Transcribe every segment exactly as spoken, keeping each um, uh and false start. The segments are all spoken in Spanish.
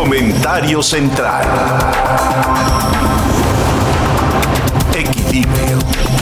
Comentario central. Equilibrio.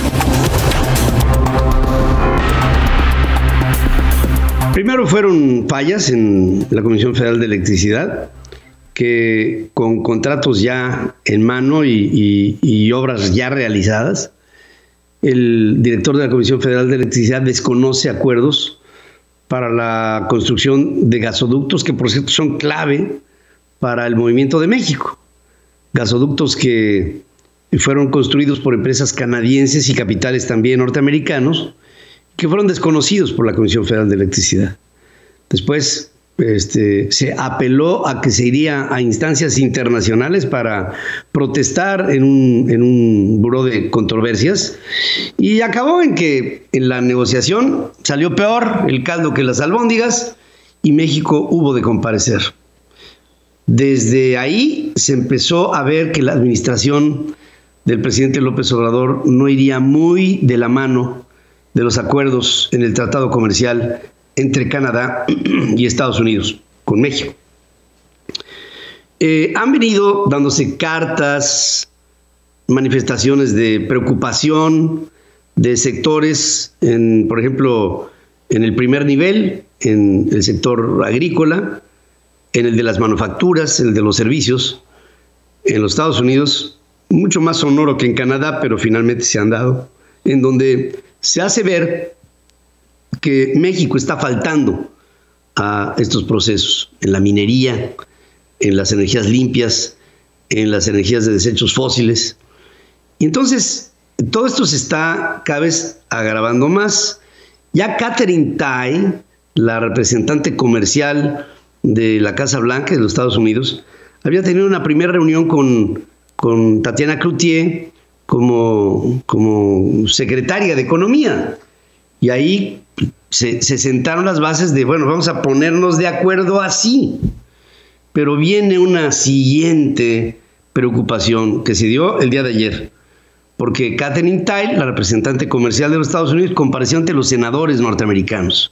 Primero fueron fallas en la Comisión Federal de Electricidad, que con contratos ya en mano y, y, y obras ya realizadas, el director de la Comisión Federal de Electricidad desconoce acuerdos para la construcción de gasoductos que, por cierto, son clave para el movimiento de México. Gasoductos que fueron construidos por empresas canadienses y capitales también norteamericanos, que fueron desconocidos por la Comisión Federal de Electricidad. Después este, se apeló a que se iría a instancias internacionales para protestar en un, en un buró de controversias, y acabó en que en la negociación salió peor el caldo que las albóndigas y México hubo de comparecer. Desde ahí se empezó a ver que la administración del presidente López Obrador no iría muy de la mano de los acuerdos en el tratado comercial entre Canadá y Estados Unidos con México. Eh, han venido dándose cartas, manifestaciones de preocupación de sectores, en, por ejemplo, en el primer nivel, en el sector agrícola, en el de las manufacturas, en el de los servicios, en los Estados Unidos, mucho más sonoro que en Canadá, pero finalmente se han dado, en donde se hace ver que México está faltando a estos procesos, en la minería, en las energías limpias, en las energías de desechos fósiles. Y entonces, todo esto se está cada vez agravando más. Ya Katherine Tai, la representante comercial de la Casa Blanca de los Estados Unidos, había tenido una primera reunión con, con Tatiana Cloutier como, como secretaria de Economía. Y ahí se, se sentaron las bases de, bueno, vamos a ponernos de acuerdo así. Pero viene una siguiente preocupación que se dio el día de ayer, porque Katherine Tai, la representante comercial de los Estados Unidos, compareció ante los senadores norteamericanos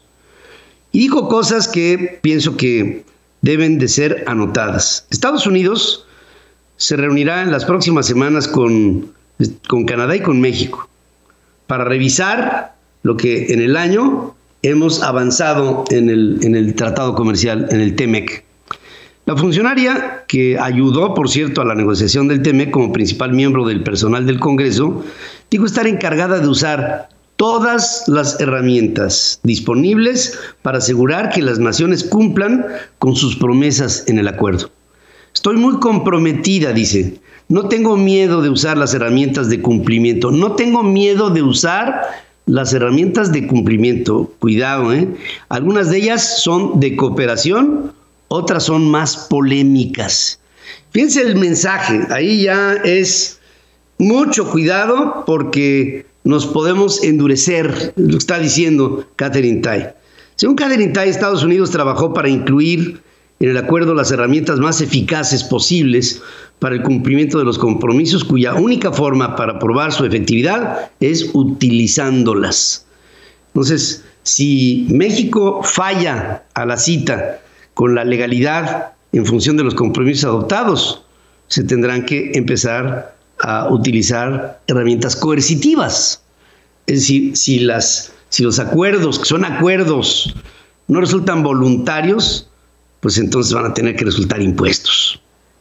y dijo cosas que pienso que deben de ser anotadas. Estados Unidos se reunirá en las próximas semanas con, con Canadá y con México para revisar lo que en el año hemos avanzado en el, en el tratado comercial, en el T M E C. La funcionaria que ayudó, por cierto, a la negociación del T M E C como principal miembro del personal del Congreso, dijo estar encargada de usar todas las herramientas disponibles para asegurar que las naciones cumplan con sus promesas en el acuerdo. Estoy muy comprometida, dice. No tengo miedo de usar las herramientas de cumplimiento. No tengo miedo de usar las herramientas de cumplimiento. Cuidado, ¿eh? Algunas de ellas son de cooperación, otras son más polémicas. Fíjense el mensaje. Ahí ya es mucho cuidado porque nos podemos endurecer, lo que está diciendo Katherine Tai. Según Katherine Tai, Estados Unidos trabajó para incluir en el acuerdo las herramientas más eficaces posibles para el cumplimiento de los compromisos, cuya única forma para probar su efectividad es utilizándolas. Entonces, si México falla a la cita con la legalidad en función de los compromisos adoptados, se tendrán que empezar a utilizar herramientas coercitivas. Es decir, si, las, si los acuerdos, que son acuerdos, no resultan voluntarios, pues entonces van a tener que resultar impuestos.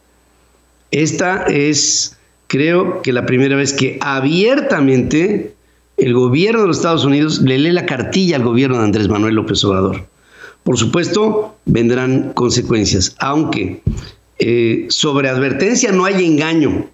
Esta es, creo que la primera vez que abiertamente el gobierno de los Estados Unidos le lee la cartilla al gobierno de Andrés Manuel López Obrador. Por supuesto, vendrán consecuencias, aunque eh, sobre advertencia no hay engaño.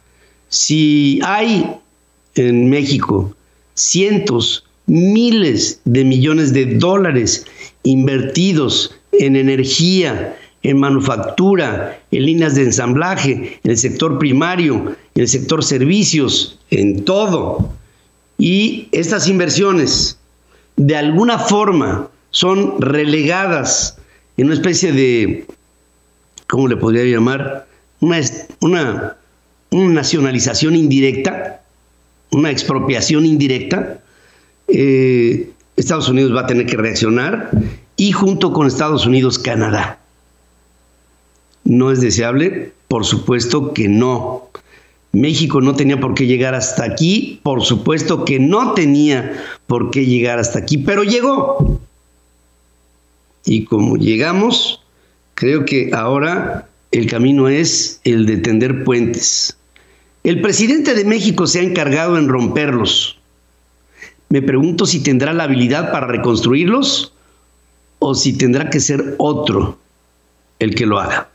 Si hay en México cientos, miles de millones de dólares invertidos en energía, en manufactura, en líneas de ensamblaje, en el sector primario, en el sector servicios, en todo. Y estas inversiones, de alguna forma, son relegadas en una especie de, ¿cómo le podría llamar? Una, una, una nacionalización indirecta, una expropiación indirecta. Eh, Estados Unidos va a tener que reaccionar, y junto con Estados Unidos, Canadá. ¿No es deseable? Por supuesto que no. México no tenía por qué llegar hasta aquí, por supuesto que no tenía por qué llegar hasta aquí, pero llegó. Y como llegamos, creo que ahora el camino es el de tender puentes. El presidente de México se ha encargado en romperlos. Me pregunto si tendrá la habilidad para reconstruirlos o si tendrá que ser otro el que lo haga.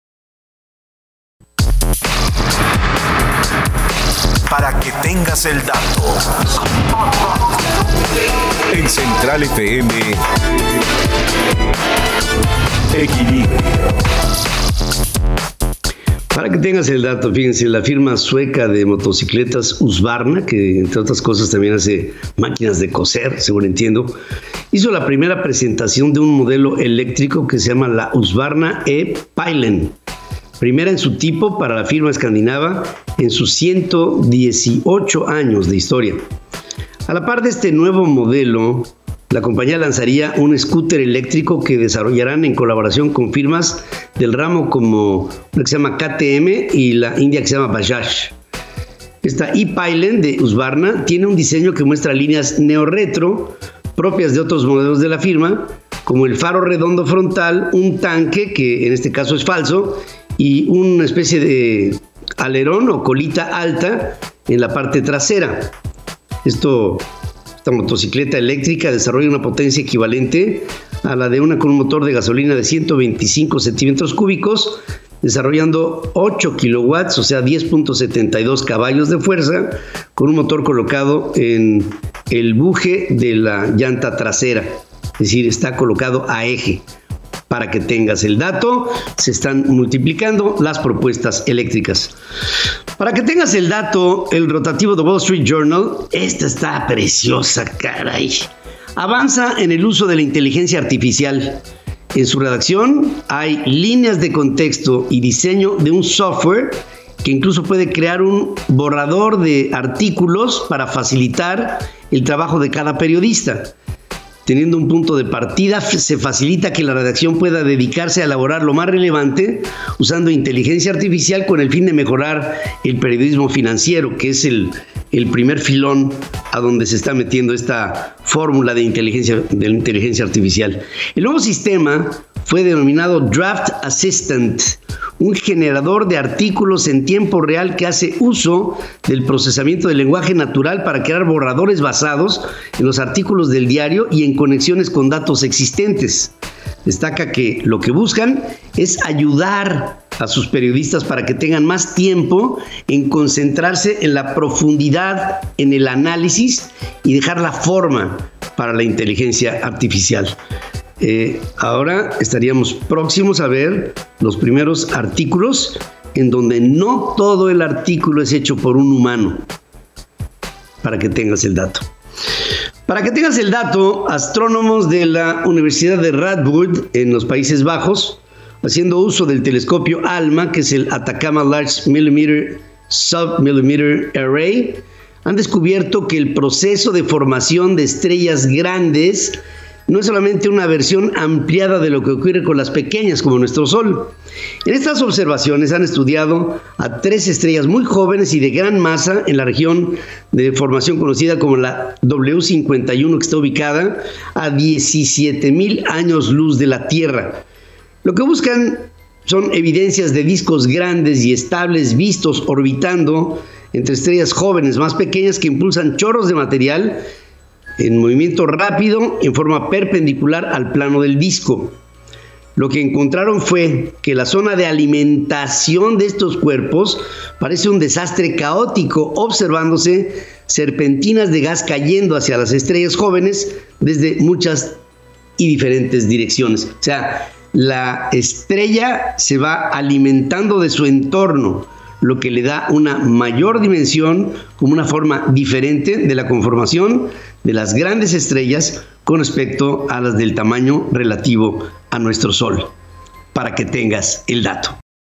Para que tengas el dato. En Central F M, Equilibrio. Para que tengas el dato, fíjense, la firma sueca de motocicletas Husqvarna, que entre otras cosas también hace máquinas de coser, según entiendo, hizo la primera presentación de un modelo eléctrico que se llama la Husqvarna e-Pilot, primera en su tipo para la firma escandinava en sus ciento dieciocho años de historia. A la par de este nuevo modelo, la compañía lanzaría un scooter eléctrico que desarrollarán en colaboración con firmas del ramo como una que se llama K T M y la india que se llama Bajaj. Esta e-Pilot de Husqvarna tiene un diseño que muestra líneas neo-retro propias de otros modelos de la firma, como el faro redondo frontal, un tanque, que en este caso es falso, y una especie de alerón o colita alta en la parte trasera. Esto, esta motocicleta eléctrica desarrolla una potencia equivalente a la de una con un motor de gasolina de ciento veinticinco centímetros cúbicos, desarrollando ocho kilowatts, o sea, diez punto setenta y dos caballos de fuerza, con un motor colocado en el buje de la llanta trasera, es decir, está colocado a eje. Para que tengas el dato, se están multiplicando las propuestas eléctricas. Para que tengas el dato, el rotativo de Wall Street Journal, esta está preciosa, caray. Avanza en el uso de la inteligencia artificial. En su redacción hay líneas de contexto y diseño de un software que incluso puede crear un borrador de artículos para facilitar el trabajo de cada periodista. Teniendo un punto de partida, se facilita que la redacción pueda dedicarse a elaborar lo más relevante usando inteligencia artificial con el fin de mejorar el periodismo financiero, que es el, el primer filón a donde se está metiendo esta fórmula de inteligencia, de la inteligencia artificial. El nuevo sistema fue denominado Draft Assistant, un generador de artículos en tiempo real que hace uso del procesamiento del lenguaje natural para crear borradores basados en los artículos del diario y en conexiones con datos existentes. Destaca que lo que buscan es ayudar a sus periodistas para que tengan más tiempo en concentrarse en la profundidad, en el análisis y dejar la forma para la inteligencia artificial. Eh, ahora estaríamos próximos a ver los primeros artículos en donde no todo el artículo es hecho por un humano, para que tengas el dato. Para que tengas el dato, astrónomos de la Universidad de Radboud en los Países Bajos, haciendo uso del telescopio ALMA, que es el Atacama Large Millimeter Submillimeter Array, han descubierto que el proceso de formación de estrellas grandes no es solamente una versión ampliada de lo que ocurre con las pequeñas como nuestro Sol. En estas observaciones han estudiado a tres estrellas muy jóvenes y de gran masa en la región de formación conocida como la W cincuenta y uno, que está ubicada a diecisiete mil años luz de la Tierra. Lo que buscan son evidencias de discos grandes y estables vistos orbitando entre estrellas jóvenes más pequeñas que impulsan chorros de material en movimiento rápido en forma perpendicular al plano del disco. Lo que encontraron fue que la zona de alimentación de estos cuerpos parece un desastre caótico, observándose serpentinas de gas cayendo hacia las estrellas jóvenes desde muchas y diferentes direcciones. O sea, la estrella se va alimentando de su entorno, lo que le da una mayor dimensión como una forma diferente de la conformación de las grandes estrellas con respecto a las del tamaño relativo a nuestro Sol, para que tengas el dato.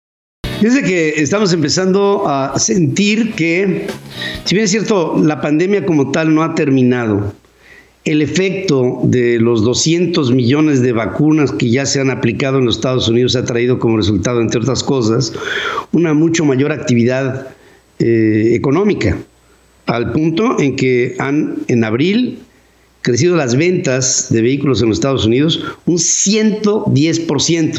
Desde que estamos empezando a sentir que, si bien es cierto, la pandemia como tal no ha terminado, el efecto de los doscientos millones de vacunas que ya se han aplicado en los Estados Unidos ha traído como resultado, entre otras cosas, una mucho mayor actividad eh, económica, al punto en que han, en abril, crecido las ventas de vehículos en los Estados Unidos un ciento diez por ciento.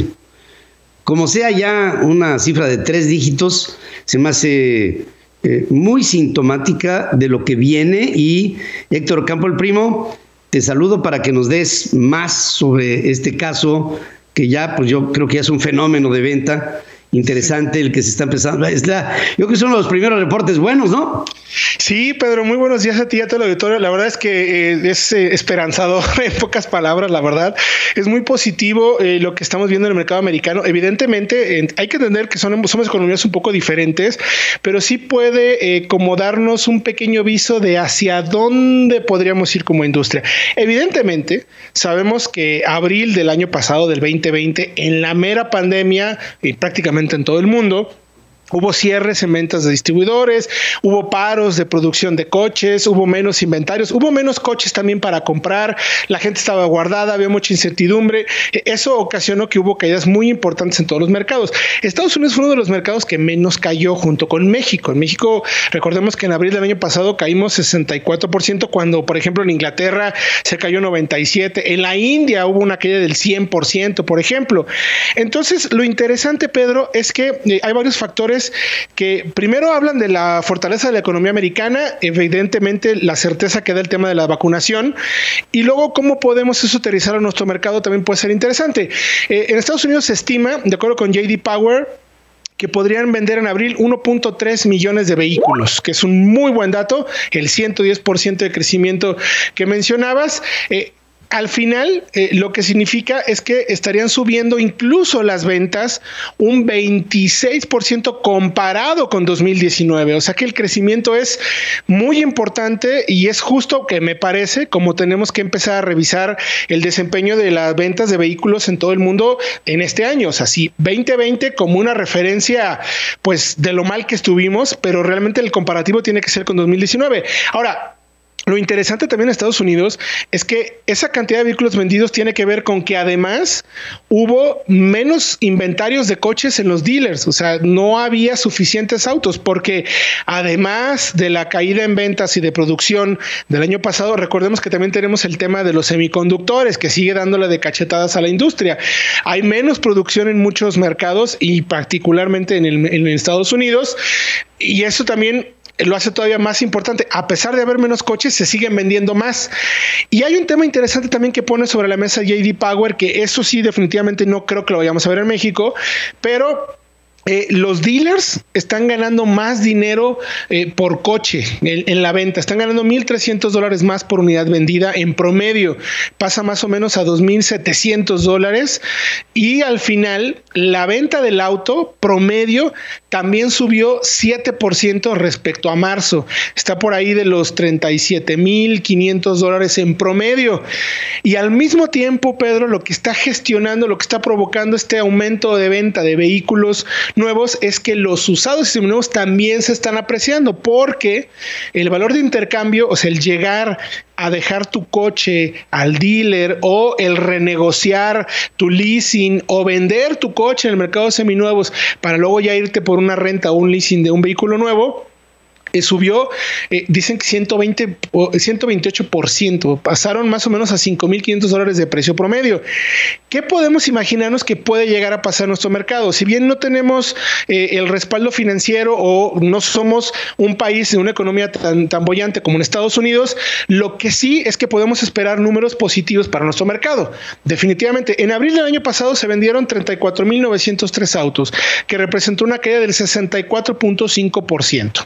Como sea ya una cifra de tres dígitos, se me hace eh, muy sintomática de lo que viene. Y Héctor Ocampo, el primo, te saludo para que nos des más sobre este caso, que ya, pues yo creo que ya es un fenómeno de venta interesante el que se está empezando. Es la, yo creo que es uno de los primeros reportes buenos, ¿no? Sí, Pedro, muy buenos días a ti y a todo el auditorio. La verdad es que eh, es eh, esperanzador, en pocas palabras, la verdad. Es muy positivo eh, lo que estamos viendo en el mercado americano. Evidentemente, eh, hay que entender que son, somos economías un poco diferentes, pero sí puede eh, como darnos un pequeño viso de hacia dónde podríamos ir como industria. Evidentemente, sabemos que abril del año pasado, del veinte veinte, en la mera pandemia, y prácticamente en todo el mundo, hubo cierres en ventas de distribuidores, hubo paros de producción de coches, hubo menos inventarios, hubo menos coches también para comprar, la gente estaba guardada, había mucha incertidumbre. Eso ocasionó que hubo caídas muy importantes en todos los mercados. Estados Unidos fue uno de los mercados que menos cayó junto con México. En México, recordemos que en abril del año pasado caímos sesenta y cuatro por ciento, cuando, por ejemplo, en Inglaterra se cayó noventa y siete por ciento. En la India hubo una caída del cien por ciento, por ejemplo. Entonces, lo interesante, Pedro, es que eh, hay varios factores que primero hablan de la fortaleza de la economía americana, evidentemente la certeza que da el tema de la vacunación, y luego cómo podemos eso aterrizar a nuestro mercado también puede ser interesante. Eh, en Estados Unidos se estima, de acuerdo con J D Power, que podrían vender en abril uno punto tres millones de vehículos, que es un muy buen dato, el ciento diez por ciento de crecimiento que mencionabas. Eh, Al final, eh, lo que significa es que estarían subiendo incluso las ventas un veintiséis por ciento comparado con dos mil diecinueve. O sea que el crecimiento es muy importante y es justo que me parece como tenemos que empezar a revisar el desempeño de las ventas de vehículos en todo el mundo en este año. O sea, sí, veinte veinte como una referencia pues de lo mal que estuvimos, pero realmente el comparativo tiene que ser con dos mil diecinueve. Ahora, lo interesante también en Estados Unidos es que esa cantidad de vehículos vendidos tiene que ver con que además hubo menos inventarios de coches en los dealers. O sea, no había suficientes autos porque además de la caída en ventas y de producción del año pasado, recordemos que también tenemos el tema de los semiconductores que sigue dándole de cachetadas a la industria. Hay menos producción en muchos mercados y particularmente en, el, en Estados Unidos, y eso también lo hace todavía más importante. A pesar de haber menos coches, se siguen vendiendo más. Y hay un tema interesante también que pone sobre la mesa J D Power, que eso sí definitivamente no creo que lo vayamos a ver en México, pero Eh, los dealers están ganando más dinero eh, por coche en, en la venta. Están ganando mil trescientos dólares más por unidad vendida en promedio. Pasa más o menos a dos mil setecientos dólares. Y al final, la venta del auto promedio también subió siete por ciento respecto a marzo. Está por ahí de los treinta y siete mil quinientos dólares en promedio. Y al mismo tiempo, Pedro, lo que está gestionando, lo que está provocando este aumento de venta de vehículos nuevos es que los usados y seminuevos también se están apreciando, porque el valor de intercambio, o sea, el llegar a dejar tu coche al dealer o el renegociar tu leasing o vender tu coche en el mercado de seminuevos para luego ya irte por una renta o un leasing de un vehículo nuevo, Eh, subió, eh, dicen que ciento veinte, ciento veintiocho por ciento, pasaron más o menos a cinco mil quinientos dólares de precio promedio. ¿Qué podemos imaginarnos que puede llegar a pasar en nuestro mercado? Si bien no tenemos eh, el respaldo financiero o no somos un país de una economía tan, tan bollante como en Estados Unidos, lo que sí es que podemos esperar números positivos para nuestro mercado. Definitivamente, en abril del año pasado se vendieron treinta y cuatro mil novecientos tres autos, que representó una caída del sesenta y cuatro punto cinco por ciento.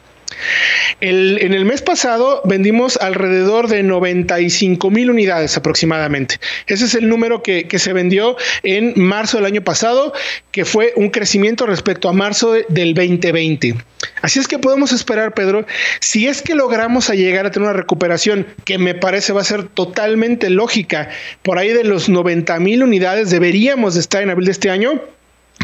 El, en el mes pasado vendimos alrededor de noventa y cinco mil unidades aproximadamente. Ese es el número que, que se vendió en marzo del año pasado, que fue un crecimiento respecto a marzo de, del veinte veinte. Así es que podemos esperar, Pedro, si es que logramos a llegar a tener una recuperación que me parece va a ser totalmente lógica, por ahí de los noventa mil unidades deberíamos de estar en abril de este año.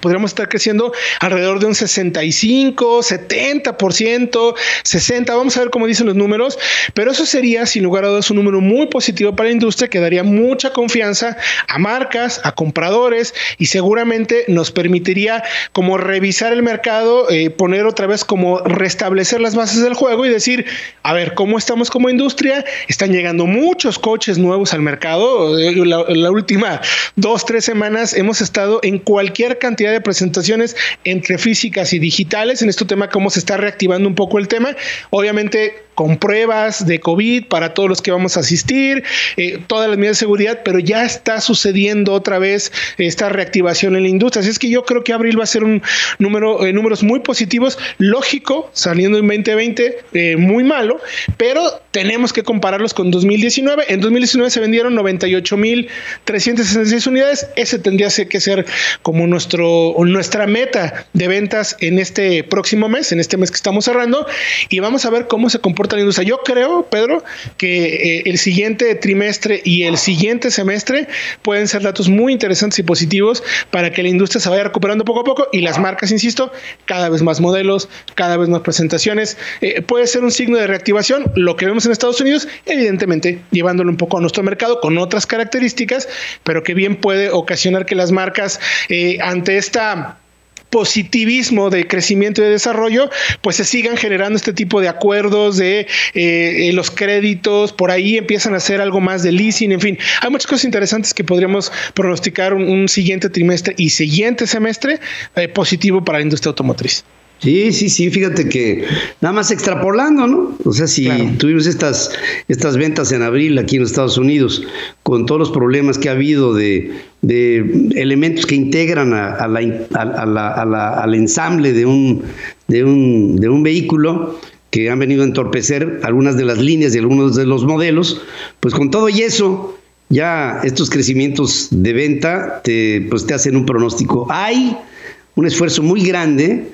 podríamos estar creciendo alrededor de un sesenta y cinco, setenta por ciento, sesenta, vamos a ver cómo dicen los números, pero eso sería sin lugar a dudas un número muy positivo para la industria que daría mucha confianza a marcas, a compradores y seguramente nos permitiría como revisar el mercado, eh, poner otra vez como restablecer las bases del juego y decir, a ver, ¿cómo estamos como industria? Están llegando muchos coches nuevos al mercado. La, la última dos, tres semanas hemos estado en cualquier cantidad de presentaciones entre físicas y digitales en este tema, cómo se está reactivando un poco el tema. Obviamente con pruebas de COVID para todos los que vamos a asistir, eh, todas las medidas de seguridad, pero ya está sucediendo otra vez esta reactivación en la industria. Así es que yo creo que abril va a ser un número, eh, números muy positivos, lógico, saliendo en veinte veinte, eh, muy malo, pero tenemos que compararlos con dos mil diecinueve. En dos mil diecinueve se vendieron noventa y ocho mil trescientas sesenta y seis unidades. Ese tendría que ser como nuestro, nuestra meta de ventas en este próximo mes, en este mes que estamos cerrando, y vamos a ver cómo se comporta la industria. Yo creo, Pedro, que eh, el siguiente trimestre y el siguiente semestre pueden ser datos muy interesantes y positivos para que la industria se vaya recuperando poco a poco y las marcas, insisto, cada vez más modelos, cada vez más presentaciones. Eh, puede ser un signo de reactivación, lo que vemos en Estados Unidos, evidentemente llevándolo un poco a nuestro mercado con otras características, pero que bien puede ocasionar que las marcas eh, ante esta positivismo de crecimiento y de desarrollo, pues se sigan generando este tipo de acuerdos de eh, los créditos, por ahí empiezan a hacer algo más de leasing, en fin, hay muchas cosas interesantes que podríamos pronosticar un, un siguiente trimestre y siguiente semestre eh, positivo para la industria automotriz. Sí, sí, sí, fíjate que nada más extrapolando, ¿no? O sea, si claro. tuvimos estas, estas ventas en abril aquí en los Estados Unidos, con todos los problemas que ha habido de, de elementos que integran a, a la, a, a la, a la, al ensamble de un, de, un, de un vehículo, que han venido a entorpecer algunas de las líneas y algunos de los modelos, pues con todo y eso, ya estos crecimientos de venta te, pues te hacen un pronóstico. Hay un esfuerzo muy grande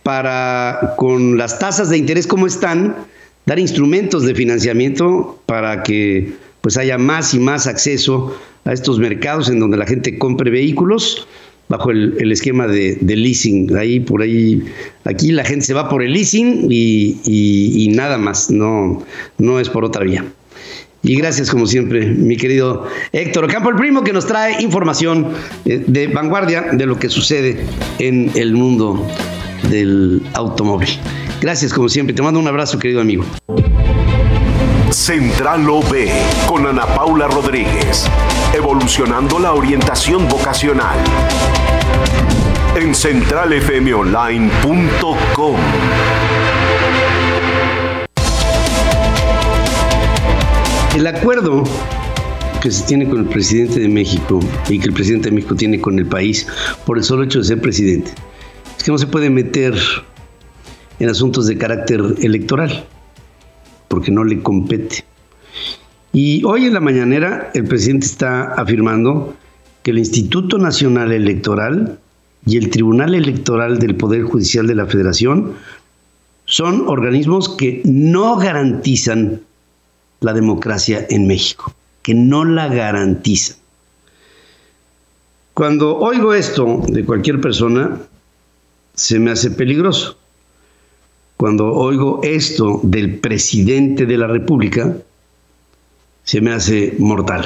para, con las tasas de interés como están, dar instrumentos de financiamiento para que pues haya más y más acceso a estos mercados en donde la gente compre vehículos bajo el, el esquema de, de leasing. Ahí, por ahí, aquí la gente se va por el leasing y, y, y nada más, no, no es por otra vía. Y gracias, como siempre, mi querido Héctor Ocampo, el primo, que nos trae información de vanguardia de lo que sucede en el mundo del automóvil. Gracias, como siempre. Te mando un abrazo, querido amigo. Central O B con Ana Paula Rodríguez. Evolucionando la orientación vocacional. En central f m online punto com. El acuerdo que se tiene con el presidente de México y que el presidente de México tiene con el país por el solo hecho de ser presidente es que no se puede meter en asuntos de carácter electoral, porque no le compete. Y hoy en la mañanera el presidente está afirmando que el Instituto Nacional Electoral y el Tribunal Electoral del Poder Judicial de la Federación son organismos que no garantizan la democracia en México, que no la garantizan. Cuando oigo esto de cualquier persona, se me hace peligroso. Cuando oigo esto del presidente de la República, se me hace mortal.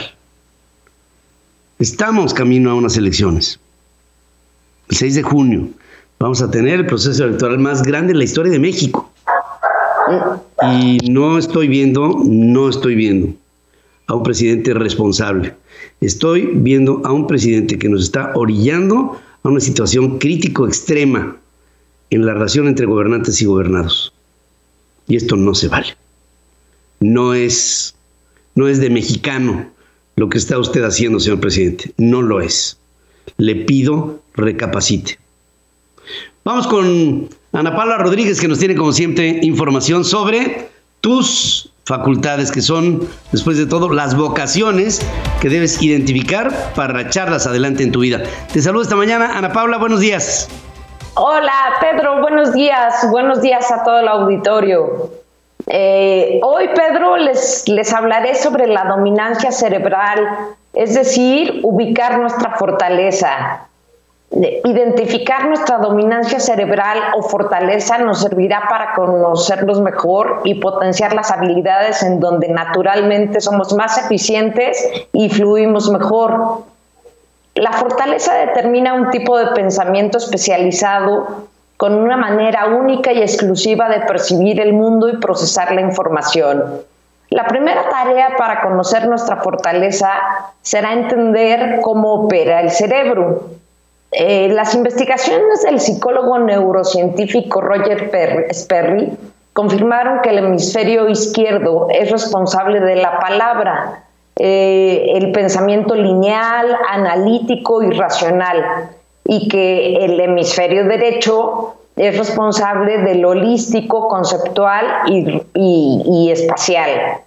Estamos camino a unas elecciones. El seis de junio vamos a tener el proceso electoral más grande en la historia de México. Y no estoy viendo, no estoy viendo a un presidente responsable. Estoy viendo a un presidente que nos está orillando a una situación crítico extrema en la relación entre gobernantes y gobernados. Y esto no se vale. No es, no es de mexicano lo que está usted haciendo, señor presidente. No lo es. Le pido recapacite. Vamos con Ana Paula Rodríguez, que nos tiene, como siempre, información sobre tus facultades, que son, después de todo, las vocaciones que debes identificar para echarlas adelante en tu vida. Te saludo esta mañana, Ana Paula, buenos días. Hola, Pedro, buenos días. Buenos días a todo el auditorio. Eh, hoy, Pedro, les, les hablaré sobre la dominancia cerebral, es decir, ubicar nuestra fortaleza. Identificar nuestra dominancia cerebral o fortaleza nos servirá para conocernos mejor y potenciar las habilidades en donde naturalmente somos más eficientes y fluimos mejor. La fortaleza determina un tipo de pensamiento especializado con una manera única y exclusiva de percibir el mundo y procesar la información. La primera tarea para conocer nuestra fortaleza será entender cómo opera el cerebro. Eh, las investigaciones del psicólogo neurocientífico Roger Sperry confirmaron que el hemisferio izquierdo es responsable de la palabra, eh, el pensamiento lineal, analítico y racional, y que el hemisferio derecho es responsable del holístico, conceptual y, y, y espacial.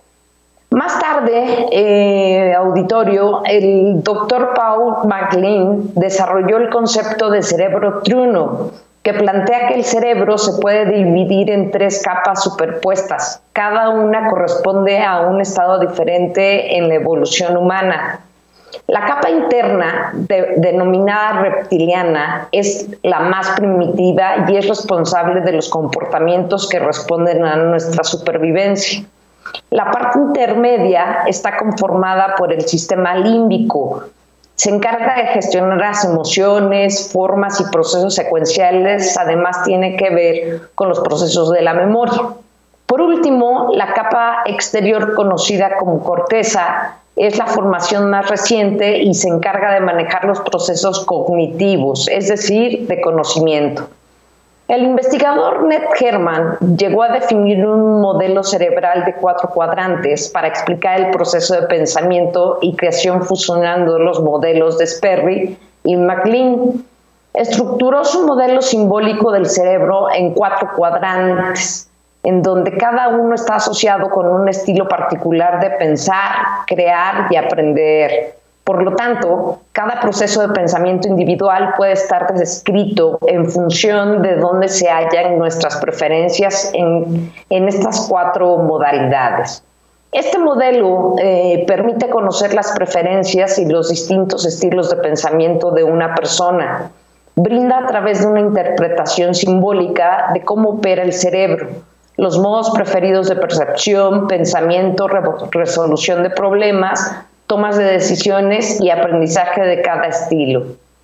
Más tarde, eh, auditorio, el doctor Paul MacLean desarrolló el concepto de cerebro triuno, que plantea que el cerebro se puede dividir en tres capas superpuestas. Cada una corresponde a un estado diferente en la evolución humana. La capa interna, de, denominada reptiliana, es la más primitiva y es responsable de los comportamientos que responden a nuestra supervivencia. La parte intermedia está conformada por el sistema límbico. Se encarga de gestionar las emociones, formas y procesos secuenciales. Además, tiene que ver con los procesos de la memoria. Por último, la capa exterior, conocida como corteza, es la formación más reciente y se encarga de manejar los procesos cognitivos, es decir, de conocimiento. El investigador Ned Herman llegó a definir un modelo cerebral de cuatro cuadrantes para explicar el proceso de pensamiento y creación fusionando los modelos de Sperry y MacLean. Estructuró su modelo simbólico del cerebro en cuatro cuadrantes, en donde cada uno está asociado con un estilo particular de pensar, crear y aprender. Por lo tanto, cada proceso de pensamiento individual puede estar descrito en función de dónde se hallan nuestras preferencias en, en estas cuatro modalidades. Este modelo eh, permite conocer las preferencias y los distintos estilos de pensamiento de una persona. Brinda a través de una interpretación simbólica de cómo opera el cerebro, los modos preferidos de percepción, pensamiento, re- resolución de problemas, tomas de decisiones y aprendizaje de cada estilo.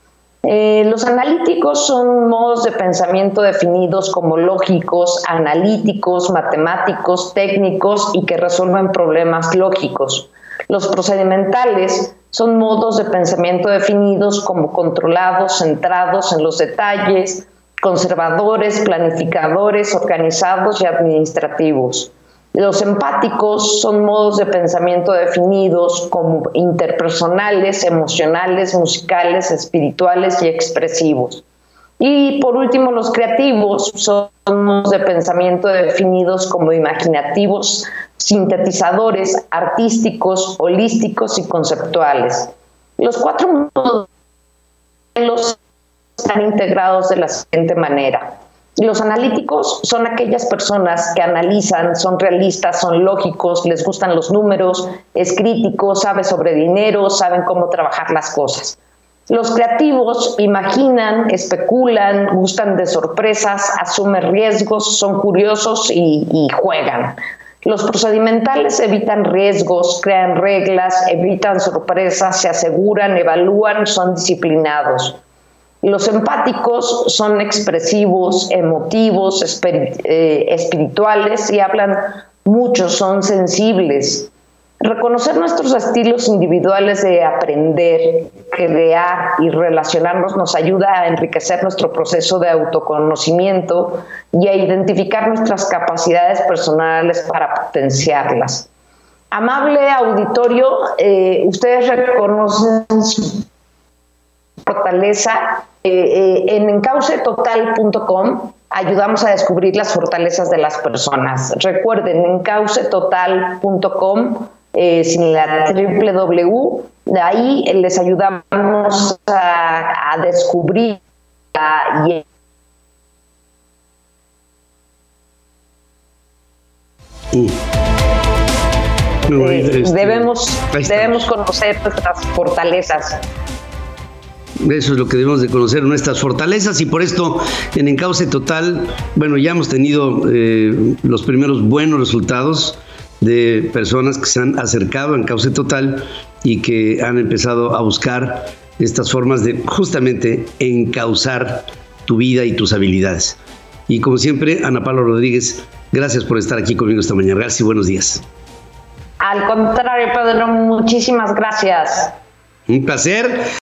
Eh, los analíticos son modos de pensamiento definidos como lógicos, analíticos, matemáticos, técnicos y que resuelven problemas lógicos. Los procedimentales son modos de pensamiento definidos como controlados, centrados en los detalles, conservadores, planificadores, organizados y administrativos. Los empáticos son modos de pensamiento definidos como interpersonales, emocionales, musicales, espirituales y expresivos. Y por último, los creativos son modos de pensamiento definidos como imaginativos, sintetizadores, artísticos, holísticos y conceptuales. Los cuatro modelos están integrados de la siguiente manera. Los analíticos son aquellas personas que analizan, son realistas, son lógicos, les gustan los números, es crítico, sabe sobre dinero, saben cómo trabajar las cosas. Los creativos imaginan, especulan, gustan de sorpresas, asumen riesgos, son curiosos y, y juegan. Los procedimentales evitan riesgos, crean reglas, evitan sorpresas, se aseguran, evalúan, son disciplinados. Los empáticos son expresivos, emotivos, espirituales y hablan mucho, son sensibles. Reconocer nuestros estilos individuales de aprender, crear y relacionarnos nos ayuda a enriquecer nuestro proceso de autoconocimiento y a identificar nuestras capacidades personales para potenciarlas. Amable auditorio, eh, ustedes reconocen su fortaleza. Eh, eh, en encauce total punto com ayudamos a descubrir las fortalezas de las personas. Recuerden, encauce total punto com, eh, sin la triple W, de ahí les ayudamos a, a descubrir a, y No, eh, este, debemos, debemos conocer nuestras fortalezas. Eso es lo que debemos de conocer, nuestras fortalezas, y por esto en Encauce Total, bueno, ya hemos tenido eh, los primeros buenos resultados de personas que se han acercado a Encauce Total y que han empezado a buscar estas formas de justamente encauzar tu vida y tus habilidades. Y como siempre, Ana Paula Rodríguez, gracias por estar aquí conmigo esta mañana. Gracias y buenos días. Al contrario, Pedro, muchísimas gracias. Un placer.